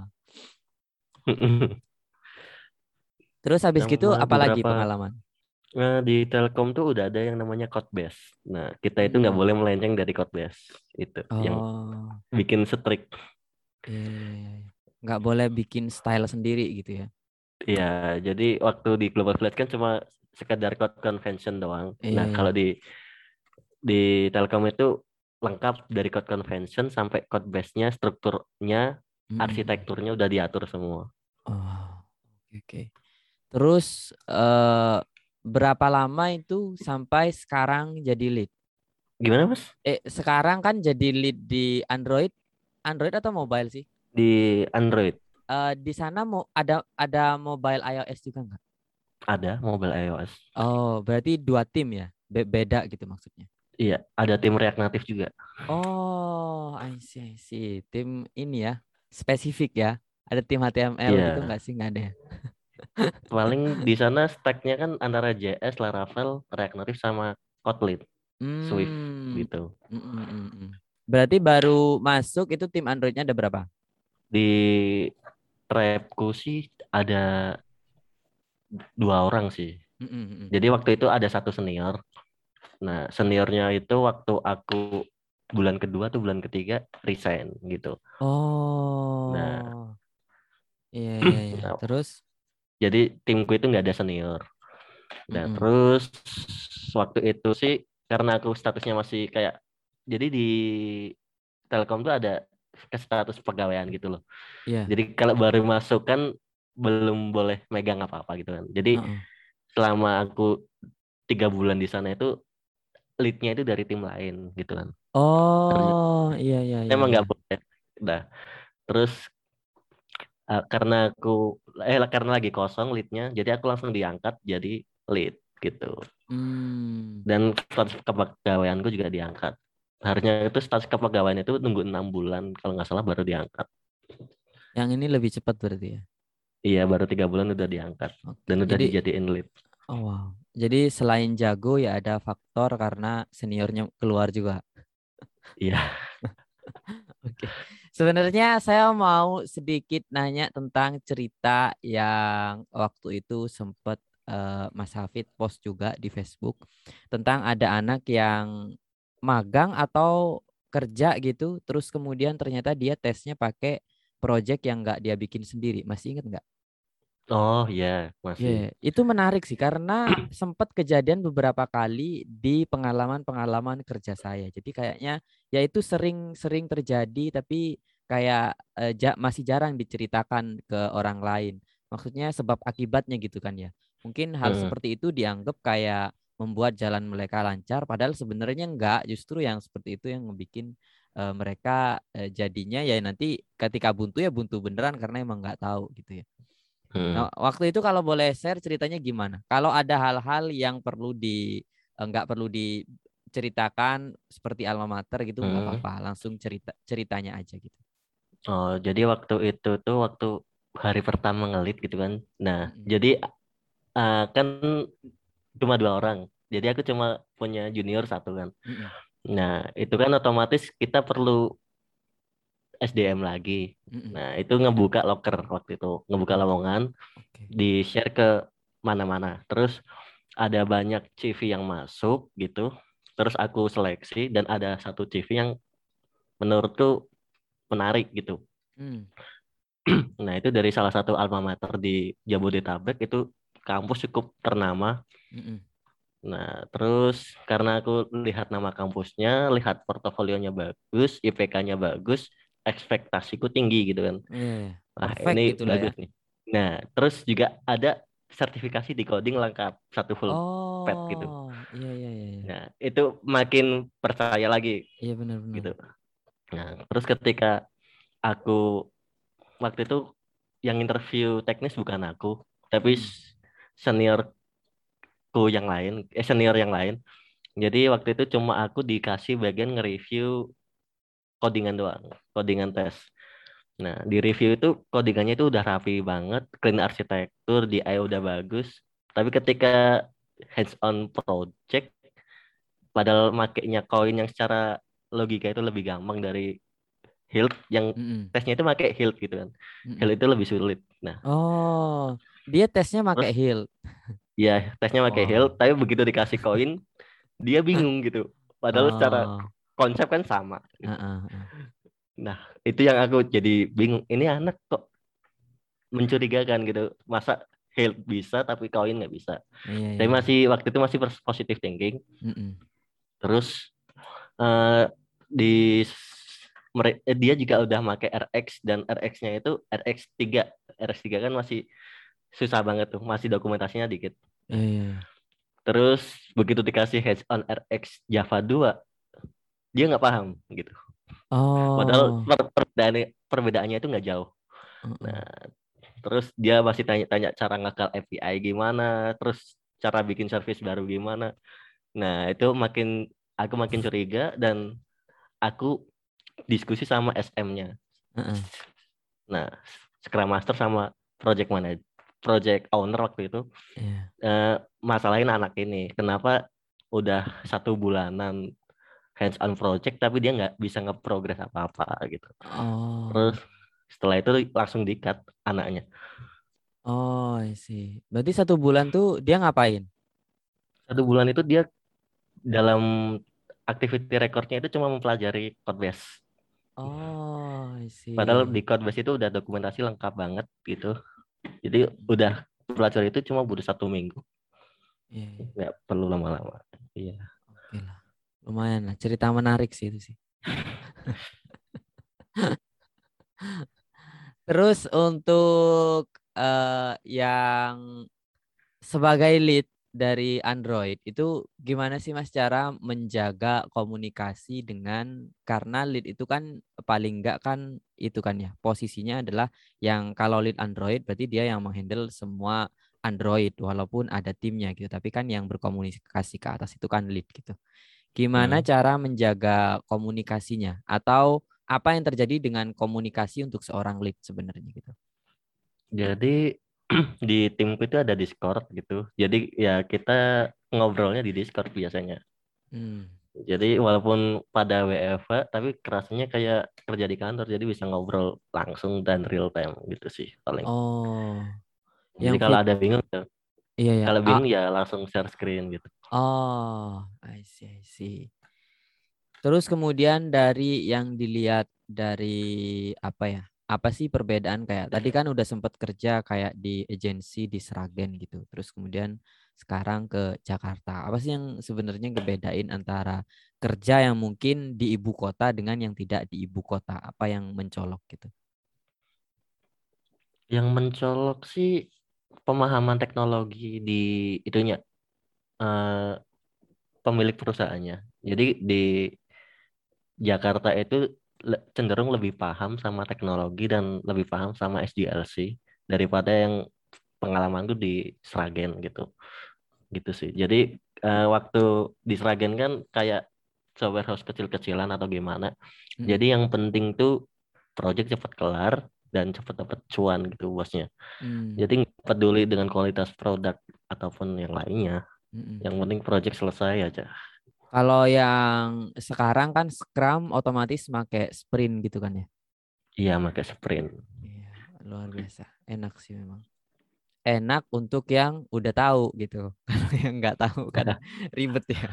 A: Terus habis gitu
B: Sama
A: apalagi
B: beberapa
A: pengalaman?
B: nah, di Telkom tuh udah ada yang namanya code base. Nah, kita itu nggak
A: Hmm.
B: boleh melenceng dari code base. Itu yang
A: Oh,
B: bikin strict.
A: iya, iya, iya, iya. Nggak boleh bikin style sendiri gitu ya.
B: Iya, jadi waktu di Global Village kan cuma sekedar code convention doang.
A: Iya,
B: Nah,
A: iya.
B: kalau di di Telkom itu lengkap dari code convention sampai code base-nya, strukturnya,
A: Mm-mm.
B: arsitekturnya udah diatur semua.
A: Oh, oke, oke. Terus eh, berapa lama itu sampai sekarang jadi lead?
B: Gimana, Mas?
A: Eh, sekarang kan jadi lead di Android, Android atau mobile sih?
B: Di Android
A: Eh, di sana mau ada ada mobile iOS juga nggak?
B: ada mobile iOS.
A: Oh, berarti dua tim ya? Be- beda gitu maksudnya.
B: Iya, ada tim React Native juga.
A: Oh, I see, I see. Tim ini ya, spesifik ya. Ada tim H T M L gitu
B: Iya,
A: nggak sih? Nggak ada ya?
B: paling di sana stack-nya kan antara J S, Laravel, React Native sama Kotlin, Swift
A: Hmm.
B: gitu.
A: Mm, mm, mm, mm. Berarti baru masuk itu tim Androidnya ada berapa?
B: Di trapku sih ada dua orang sih.
A: Mm, mm, mm.
B: Jadi waktu itu ada satu senior. Nah, seniornya itu waktu aku bulan kedua tuh bulan ketiga resign gitu. Nah,
A: Oh, iya, iya, iya.
B: nah,
A: Terus,
B: jadi timku itu nggak ada senior.
A: mm,
B: Nah,
A: mm.
B: terus waktu itu sih karena aku statusnya masih kayak jadi di Telkom tuh ada ke status pegawaian gitu loh.
A: Iya.
B: Jadi kalau baru masuk kan belum boleh megang apa-apa gitu kan. Jadi
A: Heeh.
B: selama aku tiga bulan di sana itu leadnya itu dari tim lain gitu kan. Ternyata
A: Oh, iya, iya, iya,
B: emang
A: iya.
B: nggak boleh. Nah, terus uh, karena aku eh karena lagi kosong leadnya, jadi aku langsung diangkat jadi lead gitu.
A: Hmm.
B: Dan status kepegawaianku juga diangkat. Harusnya itu status kepegawaian itu nunggu enam bulan kalau nggak salah baru diangkat.
A: Yang ini lebih cepat berarti ya.
B: Iya, baru tiga bulan udah diangkat
A: Oke.
B: dan udah
A: Jadi,
B: dijadiin lead.
A: oh wow. Jadi selain jago ya ada faktor karena seniornya keluar juga.
B: Iya.
A: Oke. Sebenarnya saya mau sedikit nanya tentang cerita yang waktu itu sempat eh, Mas Hafid post juga di Facebook tentang ada anak yang magang atau kerja gitu, terus kemudian ternyata dia tesnya pakai project yang nggak dia bikin sendiri. Masih ingat nggak?
B: Oh iya,
A: Ya,
B: masih.
A: itu menarik sih karena sempat kejadian beberapa kali di pengalaman-pengalaman kerja saya. Jadi kayaknya ya itu sering-sering terjadi tapi kayak eh, ja- masih jarang diceritakan ke orang lain. Maksudnya sebab akibatnya gitu kan ya. Mungkin hal
B: Heeh.
A: seperti itu dianggap kayak membuat jalan mereka lancar padahal sebenarnya enggak, justru yang seperti itu yang ngebikin eh, mereka eh, jadinya ya nanti ketika buntu ya buntu beneran karena emang nggak tahu gitu ya.
B: Hmm.
A: Nah, waktu itu kalau boleh share ceritanya gimana? Kalau ada hal-hal yang perlu di eh, nggak perlu diceritakan seperti alma mater gitu nggak
B: Hmm.
A: apa-apa, langsung cerita ceritanya aja gitu.
B: Oh, jadi waktu itu tuh waktu hari pertama ngelit gitu kan. Nah,
A: Mm-mm.
B: jadi uh, kan cuma dua orang. Jadi aku cuma punya junior satu kan.
A: Mm-mm.
B: Nah, itu kan otomatis kita perlu S D M lagi.
A: Mm-mm.
B: Nah, itu ngebuka locker waktu itu, ngebuka
A: Oh,
B: lowongan,
A: oke.
B: di-share ke mana-mana. Terus ada banyak C V yang masuk gitu. Terus aku seleksi dan ada satu C V yang menurutku menarik gitu.
A: Hmm.
B: Nah, itu dari salah satu alma mater di Jabodetabek, itu kampus cukup ternama.
A: Mm-mm.
B: Nah, terus karena aku lihat nama kampusnya, lihat portofolionya bagus, I P K-nya bagus, ekspektasiku tinggi gitu kan.
A: Iya, iya.
B: Wah,
A: Perfect
B: ini
A: gitulah ya.
B: bagus nih. Nah, terus juga ada sertifikasi di coding lengkap, satu full pad gitu.
A: Oh, iya iya iya iya.
B: Nah, itu makin percaya lagi
A: Iya benar-benar.
B: gitu. Nah, terus ketika aku waktu itu yang interview teknis bukan aku, tapi
A: Mm-mm.
B: seniorku yang lain, eh senior yang lain. Jadi waktu itu cuma aku dikasih bagian nge-review codingan doang, codingan tes. Nah, di review itu codingannya itu udah rapi banget, clean arsitektur, D I udah bagus. Tapi ketika hands on project, padahal makainya koin yang secara logika itu lebih gampang dari Hilt, yang
A: Mm-mm.
B: tesnya itu pakai Hilt gitu kan. Hilt
A: Mm-mm.
B: itu lebih sulit. Nah,
A: Oh, dia tesnya pakai
B: terus
A: heel.
B: ya tesnya pakai Hilt,
A: Wow.
B: tapi begitu dikasih koin, dia bingung gitu. Padahal secara
A: Oh,
B: konsep kan sama gitu.
A: heeh, heeh.
B: Nah, itu yang aku jadi bingung. Ini anak kok mencurigakan gitu. Masa Hilt bisa tapi koin nggak bisa.
A: Iya
B: Tapi
A: iya.
B: masih waktu itu masih positive thinking.
A: Mm-mm.
B: Terus eh, di mere- eh, dia juga udah pakai R X dan R X-nya itu R X tiga. R X tiga kan masih susah banget tuh, masih dokumentasinya dikit.
A: Iya
B: Nah,
A: iya iya.
B: terus begitu dikasih hands on R X Java dua, dia nggak paham gitu. Padahal
A: Oh,
B: per- perbedaannya, perbedaannya itu nggak jauh.
A: heeh.
B: Nah, terus dia masih tanya-tanya cara ngakal A P I gimana, terus cara bikin service baru gimana. Nah, itu makin aku makin curiga dan aku diskusi sama S M-nya.
A: Heeh.
B: Nah, Scrum Master sama project manager, project owner waktu itu,
A: Iya.
B: eh, masalahin anak ini. Kenapa udah satu bulanan hands on project tapi dia nggak bisa nge-progress apa-apa gitu. Terus
A: Oh.
B: setelah itu langsung di-cut anaknya.
A: Oh, I see. Berarti satu bulan tuh dia ngapain?
B: Satu bulan itu dia dalam activity recordnya itu cuma mempelajari code base.
A: Oh, I
B: Padahal di
A: see.
B: code base itu udah dokumentasi lengkap banget gitu. Jadi udah pelajari itu cuma butuh satu minggu.
A: Iya, iya.
B: Nggak perlu lama-lama. Iya.
A: Oke lah. Lumayan lah. Cerita menarik sih itu sih. Terus untuk eh, yang sebagai lead dari Android itu gimana sih Mas cara menjaga komunikasi dengan karena lead itu kan paling enggak kan itu kan ya posisinya adalah yang kalau lead Android berarti dia yang menghandle semua Android walaupun ada timnya gitu tapi kan yang berkomunikasi ke atas itu kan lead gitu. Gimana
B: Hmm.
A: cara menjaga komunikasinya atau apa yang terjadi dengan komunikasi untuk seorang lead sebenarnya gitu.
B: Jadi di timku itu ada Discord gitu. Jadi ya kita ngobrolnya di Discord biasanya.
A: Hmm.
B: Jadi walaupun pada W F H tapi kerasanya kayak kerja di kantor jadi bisa ngobrol langsung dan real time gitu sih paling.
A: Oh,
B: Jadi
A: yang
B: kalau
A: fit.
B: ada bingung ya,
A: Iya ya.
B: kalau
A: Ah,
B: bingung ya langsung share screen gitu.
A: oh, I see, I see. Terus kemudian dari yang dilihat dari apa ya? Apa sih perbedaan kayak tadi kan udah sempat kerja kayak di agensi di Sragen gitu. Terus kemudian sekarang ke Jakarta. Apa sih yang sebenarnya ngebedain antara kerja yang mungkin di ibu kota dengan yang tidak di ibu kota? Apa yang mencolok gitu?
B: Yang mencolok sih pemahaman teknologi di itunya, eh, pemilik perusahaannya. Jadi di Jakarta itu le- cenderung lebih paham sama teknologi dan lebih paham sama S D L C daripada yang pengalamanku di Sragen gitu. Gitu sih. Jadi eh, waktu di Sragen kan kayak software house kecil-kecilan atau gimana.
A: Mm-mm.
B: Jadi yang penting tuh project cepat kelar dan cepat dapat cuan gitu bosnya.
A: Mm.
B: Jadi nggak peduli dengan kualitas produk ataupun yang lainnya.
A: Mm-mm.
B: Yang penting project selesai aja.
A: Kalau yang sekarang kan Scrum otomatis pakai sprint gitu kan ya.
B: Iya, pakai sprint.
A: Iya, luar biasa. Enak sih memang. Enak untuk yang udah tahu gitu. Kalau yang nggak tahu kan ribet ya.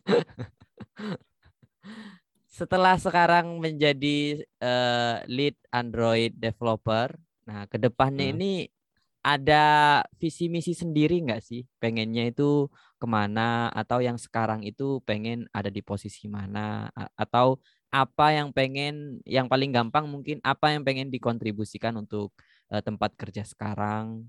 A: Setelah sekarang menjadi eh, lead Android developer, nah kedepannya
B: Hmm.
A: ini ada visi misi sendiri nggak sih? Pengennya itu kemana? Atau yang sekarang itu pengen ada di posisi mana? A- Atau apa yang pengen, yang paling gampang mungkin apa yang pengen dikontribusikan untuk eh, tempat kerja sekarang?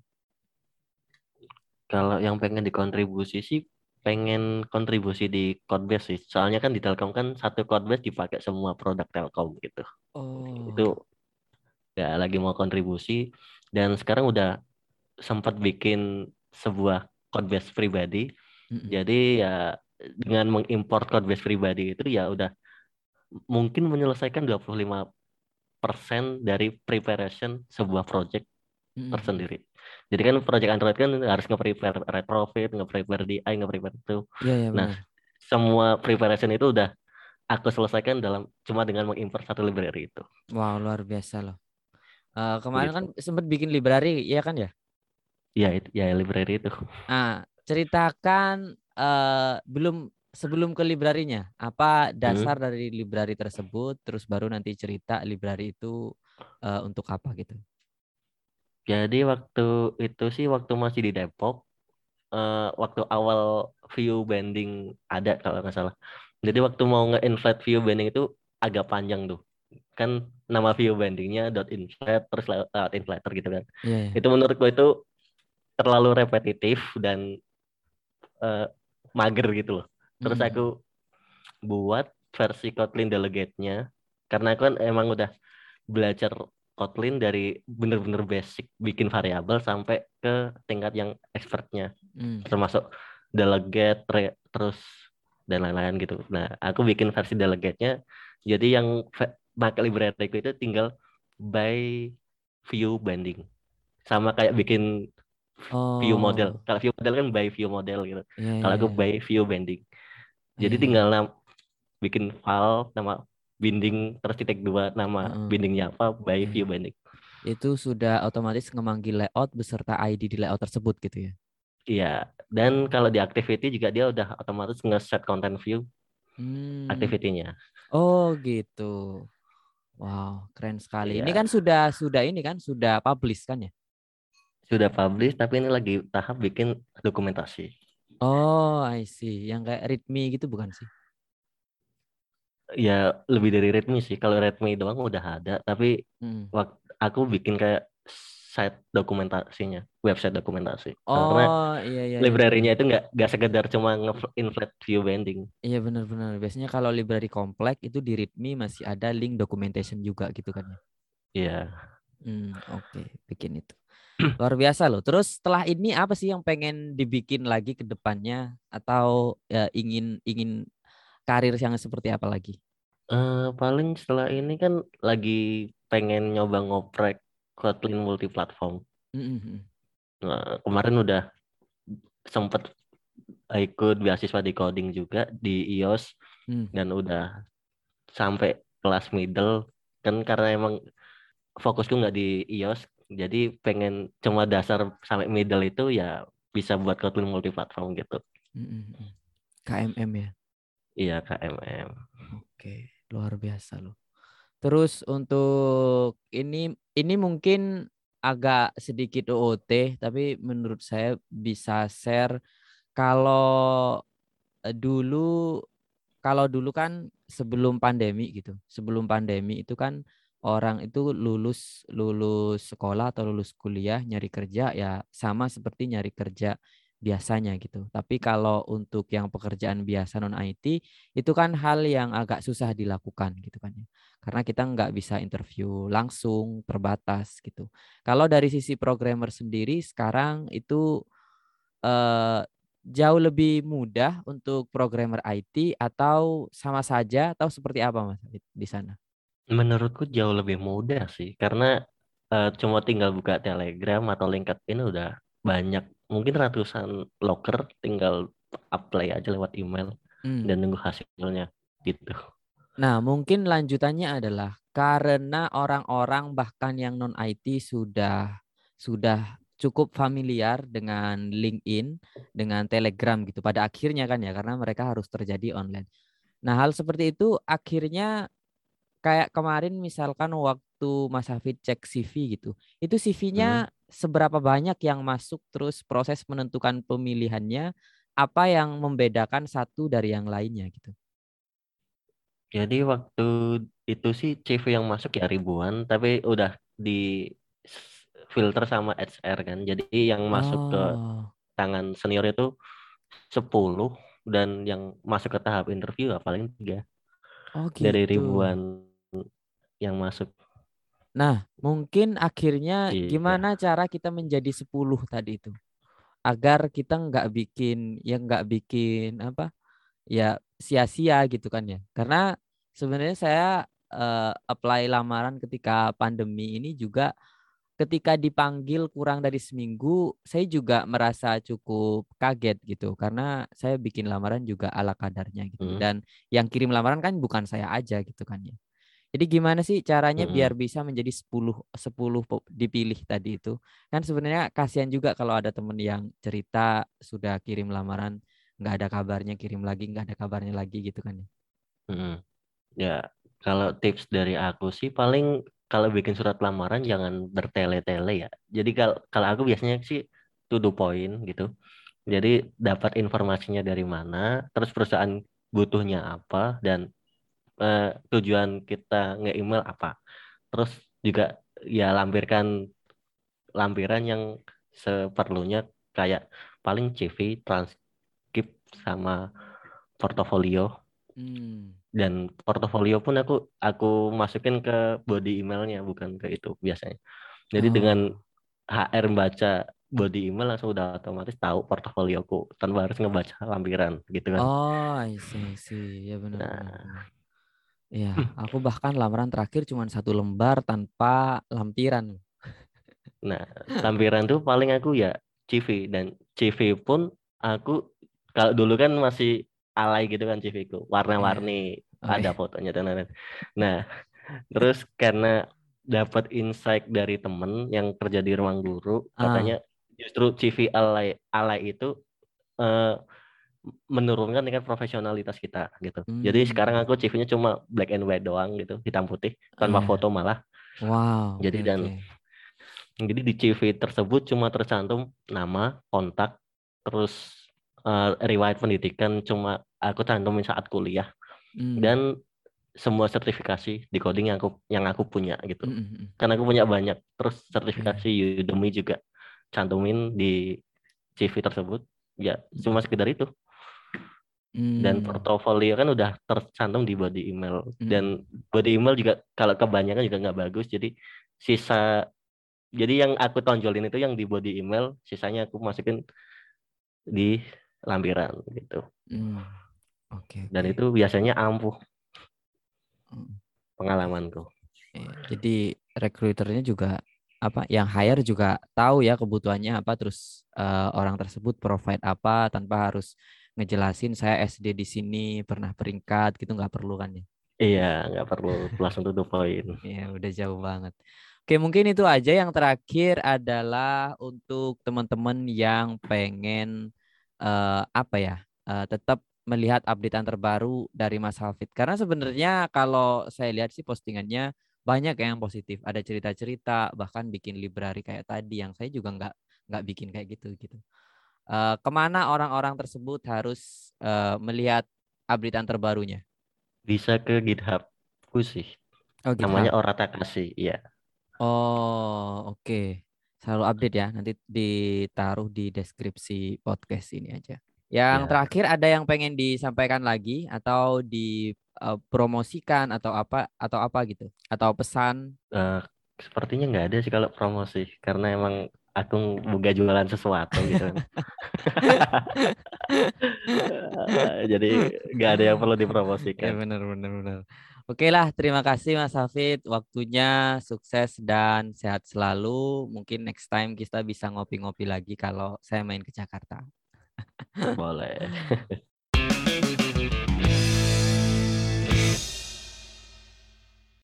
B: Kalau yang pengen dikontribusi sih pengen kontribusi di Codebase sih. Soalnya kan di Telkom kan satu Codebase dipakai semua produk Telkom gitu. Itu
A: Oh.
B: ya lagi mau kontribusi dan sekarang udah sempat bikin sebuah Codebase pribadi.
A: Mm-mm.
B: Jadi ya dengan mengimport Codebase pribadi itu ya udah mungkin menyelesaikan dua puluh lima persen dari preparation sebuah project
A: Mm-mm.
B: tersendiri. Jadi kan project Android kan harus nge-prepare retrofit, nge-prepare D I, nge-prepare itu.
A: Iya, iya
B: Nah,
A: benar.
B: semua preparation itu udah aku selesaikan dalam cuma dengan mengimport satu library itu.
A: Wow, luar biasa loh. Eh, kemarin kan
B: Gitu.
A: sempat bikin library, ya kan ya?
B: Ya, itu, ya library itu.
A: Ah, ceritakan eh, belum sebelum ke library-nya, apa
B: Hmm.
A: dasar dari library tersebut, terus baru nanti cerita library itu eh, untuk apa gitu.
B: Jadi waktu itu sih waktu masih di Depok, eh, waktu awal view banding ada kalau nggak salah. Jadi
A: Hmm.
B: waktu mau nge-inflate view banding itu agak panjang tuh. Kan nama view bandingnya dot inflate terus lewat lewat inflator gitu kan.
A: Iya, ya.
B: Itu menurutku itu terlalu repetitif dan eh, mager gitu loh. Terus aku
A: Mm-mm.
B: buat versi Kotlin delegate-nya karena aku kan emang udah belajar Kotlin dari bener-bener basic bikin variabel sampai ke tingkat yang expertnya
A: Mm.
B: termasuk delegate re- terus dan lain-lain gitu. Nah, aku bikin versi delegate-nya jadi yang ve- pakai library itu tinggal by view banding sama kayak bikin view model.
A: Oh,
B: Kalau view model kan by view model gitu.
A: iya,
B: Kalau
A: iya,
B: aku
A: iya.
B: by view banding. Jadi
A: Iya, iya.
B: tinggal nam- bikin file nama binding terus titik dua nama
A: Heeh.
B: bindingnya apa by
A: Iya,
B: view
A: iya.
B: banding.
A: Itu sudah otomatis ngemanggil layout beserta I D di layout tersebut gitu ya.
B: Iya, dan kalau di activity juga dia udah otomatis nge-set content view
A: Hmm.
B: activity-nya.
A: Oh, gitu. Wow, keren sekali. Ini
B: Iya,
A: kan sudah sudah ini kan sudah publish kan ya?
B: sudah publish tapi ini lagi tahap bikin dokumentasi.
A: Oh, I see. Yang kayak readme gitu bukan sih?
B: Ya lebih dari Redmi sih. Kalau Redmi doang udah ada, tapi
A: Hmm.
B: waktu aku bikin kayak site dokumentasinya, website dokumentasi. Karena
A: Oh, iya, iya, iya benar.
B: library-nya itu nggak nggak sekedar cuma nge-inflate view banding.
A: Iya benar-benar. Biasanya kalau library komplek itu di readme masih ada link documentation juga gitu kan ya.
B: Iya.
A: Hmm, oke, bikin itu. Luar biasa loh. Terus setelah ini apa sih yang pengen dibikin lagi ke depannya atau ya, ingin ingin karir yang seperti apa lagi?
B: Eh, paling setelah ini kan lagi pengen nyoba ngoprek Kotlin multiplatform.
A: Hmm, hmm, hmm.
B: Nah, kemarin udah sempet ikut beasiswa di coding juga di i o s
A: Hmm.
B: dan udah sampai kelas middle kan karena emang fokusku nggak di i o s jadi pengen cuma dasar sampai middle itu ya bisa buat Kotlin multiplatform gitu.
A: Hmm, hmm, hmm. K M M ya.
B: Iya K M M.
A: Oke, luar biasa loh. Terus untuk ini ini mungkin agak sedikit O O T, tapi menurut saya bisa share kalau eh, dulu kalau dulu kan sebelum pandemi gitu. Sebelum pandemi itu kan orang itu lulus lulus sekolah atau lulus kuliah nyari kerja ya sama seperti nyari kerja biasanya gitu. Tapi kalau untuk yang pekerjaan biasa non I T itu kan hal yang agak susah dilakukan gitu kan ya. Karena kita nggak bisa interview langsung, terbatas gitu. Kalau dari sisi programmer sendiri sekarang itu eh, jauh lebih mudah untuk programmer I T atau sama saja atau seperti apa Mas di di sana?
B: Menurutku jauh lebih mudah sih, karena eh, cuma tinggal buka Telegram atau LinkedIn udah banyak, mungkin ratusan loker, tinggal apply aja lewat email
A: Hmm.
B: dan nunggu hasilnya gitu.
A: Nah, mungkin lanjutannya adalah karena orang-orang bahkan yang non I T sudah sudah cukup familiar dengan LinkedIn, dengan Telegram gitu pada akhirnya kan ya karena mereka harus terjadi online. Nah, hal seperti itu akhirnya kayak kemarin misalkan waktu Mas Hafid cek C V gitu. Itu
B: Hmm.
A: C V-nya seberapa banyak yang masuk terus proses menentukan pemilihannya apa yang membedakan satu dari yang lainnya gitu.
B: Jadi waktu itu sih C V yang masuk ya ribuan, tapi udah di filter sama H R kan. Jadi yang masuk ke
A: Oh,
B: tangan senior itu sepuluh, dan yang masuk ke tahap interview ya paling tiga
A: oh
B: dari
A: gitu.
B: ribuan yang masuk.
A: Nah, mungkin akhirnya
B: Iya.
A: gimana cara kita menjadi sepuluh tadi itu agar kita nggak bikin ya nggak bikin apa ya sia-sia gitu kan ya. Karena sebenarnya saya eh, apply lamaran ketika pandemi ini juga ketika dipanggil kurang dari seminggu, saya juga merasa cukup kaget gitu karena saya bikin lamaran juga ala kadarnya gitu
B: Hmm.
A: dan yang kirim lamaran kan bukan saya aja gitu kan ya. Jadi gimana sih caranya biar
B: Mm-mm.
A: bisa menjadi sepuluh sepuluh pe- dipilih tadi itu? Kan sebenarnya kasihan juga kalau ada temen yang cerita sudah kirim lamaran nggak ada kabarnya, kirim lagi nggak ada kabarnya lagi gitu kan ya.
B: Mm-mm. Ya, kalau tips dari aku sih paling kalau bikin surat lamaran jangan bertele-tele ya. Jadi kalau kalau aku biasanya sih to the point gitu. Jadi dapat informasinya dari mana, terus perusahaan butuhnya apa, dan eh, tujuan kita nge-email apa. Terus juga ya lampirkan lampiran yang seperlunya, kayak paling C V, transkrip, sama portofolio.
A: Hmm.
B: Dan portofolio pun aku aku masukin ke body emailnya, bukan ke itu biasanya. Jadi dengan
A: Oh.
B: H R baca body email langsung udah otomatis tahu portofolioku tanpa harus ngebaca lampiran gitu kan.
A: Oh, I see, I see. Ya benar benar
B: Nah,
A: benar. Iya, aku bahkan lamaran terakhir cuma satu lembar tanpa lampiran.
B: nah lampiran tuh paling aku ya C V, dan C V pun aku kalau dulu kan masih alay gitu kan C V-ku,
A: Iya.
B: warna-warni,
A: Oh
B: ada
A: iya.
B: fotonya dan lain-lain. Nah, terus karena dapat insight dari temen yang kerja di ruang guru, katanya
A: Ah.
B: justru C V alay alay itu eh, menurunkan tingkat profesionalitas kita gitu. Jadi sekarang
A: Hmm.
B: aku C V-nya cuma black and white doang gitu, hitam putih,
A: Oh
B: tanpa
A: iya.
B: foto malah.
A: Wow,
B: Jadi
A: oke
B: dan
A: oke.
B: jadi di C V tersebut cuma tercantum nama, kontak, terus eh, riwayat pendidikan cuma aku cantumin saat kuliah, dan
A: Hmm.
B: semua sertifikasi di coding yang aku yang aku punya gitu.
A: Hmm, hmm, hmm.
B: Karena aku punya banyak. Terus sertifikasi
A: Iya.
B: Udemy juga cantumin di C V tersebut. Ya,
A: Hmm.
B: cuma sekedar itu. Dan
A: Hmm.
B: portofolio kan udah tercantum di body email.
A: Hmm,
B: Dan
A: hmm.
B: body email juga kalau kebanyakan juga nggak bagus. Jadi sisa, jadi yang aku tonjolin itu yang di body email, sisanya aku masukin di lampiran gitu.
A: Hmm. Oke
B: Dan
A: oke.
B: itu biasanya ampuh
A: Hmm.
B: pengalamanku.
A: Iya, jadi rekruternya juga apa yang hire juga tahu ya kebutuhannya apa terus eh, orang tersebut provide apa tanpa harus ngejelasin saya S D di sini pernah peringkat gitu nggak perlu kan ya.
B: Iya, nggak perlu langsung to the point.
A: Ya udah jauh banget. Oke mungkin itu aja yang terakhir adalah untuk teman-teman yang pengen eh, apa ya eh, tetap melihat updatean terbaru dari Mas Hafid karena sebenarnya kalau saya lihat sih postingannya banyak yang positif ada cerita-cerita bahkan bikin library kayak tadi yang saya juga nggak nggak bikin kayak gitu gitu. Eh, kemana orang-orang tersebut harus eh, melihat updatean terbarunya?
B: Bisa ke GitHub-ku sih.
A: Oh
B: Namanya
A: GitHub.
B: Oratakasi, iya.
A: Oh, oke. Selalu update ya. Nanti ditaruh di deskripsi podcast ini aja. Yang
B: Ya,
A: terakhir ada yang pengen disampaikan lagi atau dipromosikan atau apa atau apa gitu atau pesan.
B: eh, sepertinya nggak ada sih kalau promosi karena emang aku buka jualan sesuatu gitu kan. Eh, Jadi nggak ada yang perlu
A: Ya
B: dipromosikan.
A: benar benar benar. Oke lah, terima kasih Mas Hafid. Waktunya sukses dan sehat selalu. Mungkin next time kita bisa ngopi-ngopi lagi kalau saya main ke Jakarta.
B: Boleh.